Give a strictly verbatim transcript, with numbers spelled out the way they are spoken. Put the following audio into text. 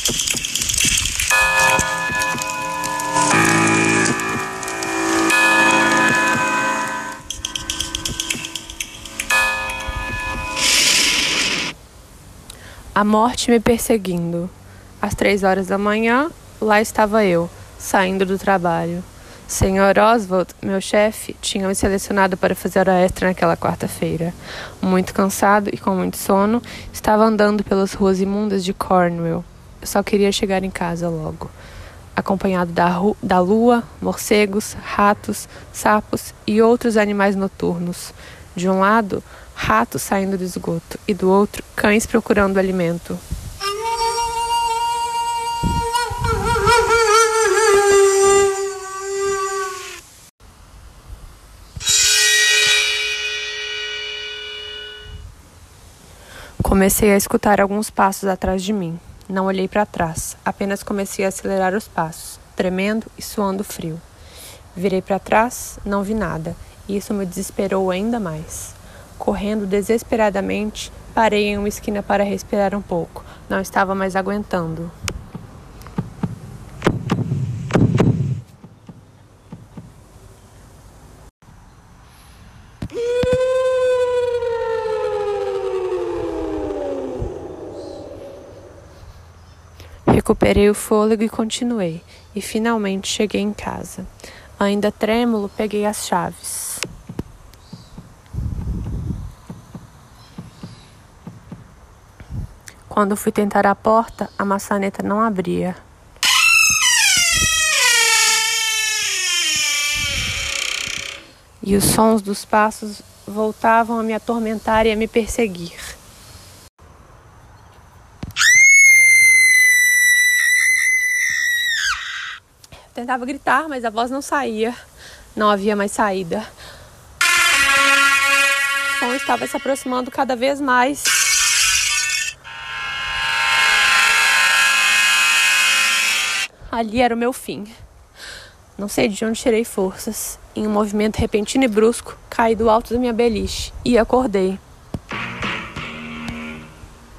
A morte me perseguindo. Às três horas da manhã, lá estava eu, saindo do trabalho. senhor Oswald, meu chefe, tinha me selecionado para fazer hora extra naquela quarta-feira. Muito cansado e com muito sono, estava andando pelas ruas imundas de Cornwall. Eu só queria chegar em casa logo. Acompanhado da, ru- da lua, morcegos, ratos, sapos e outros animais noturnos. De um lado, ratos saindo do esgoto e do outro, cães procurando alimento. Comecei a escutar alguns passos atrás de mim. Não olhei para trás, apenas comecei a acelerar os passos, tremendo e suando frio. Virei para trás, não vi nada, e isso me desesperou ainda mais. Correndo desesperadamente, parei em uma esquina para respirar um pouco. Não estava mais aguentando. Recuperei o fôlego e continuei, e finalmente cheguei em casa. Ainda trêmulo, peguei as chaves. Quando fui tentar a porta, a maçaneta não abria. E os sons dos passos voltavam a me atormentar e a me perseguir. Tentava gritar, mas a voz não saía. Não havia mais saída. O som estava se aproximando cada vez mais. Ali era o meu fim. Não sei de onde tirei forças. Em um movimento repentino e brusco, caí do alto da minha beliche e acordei.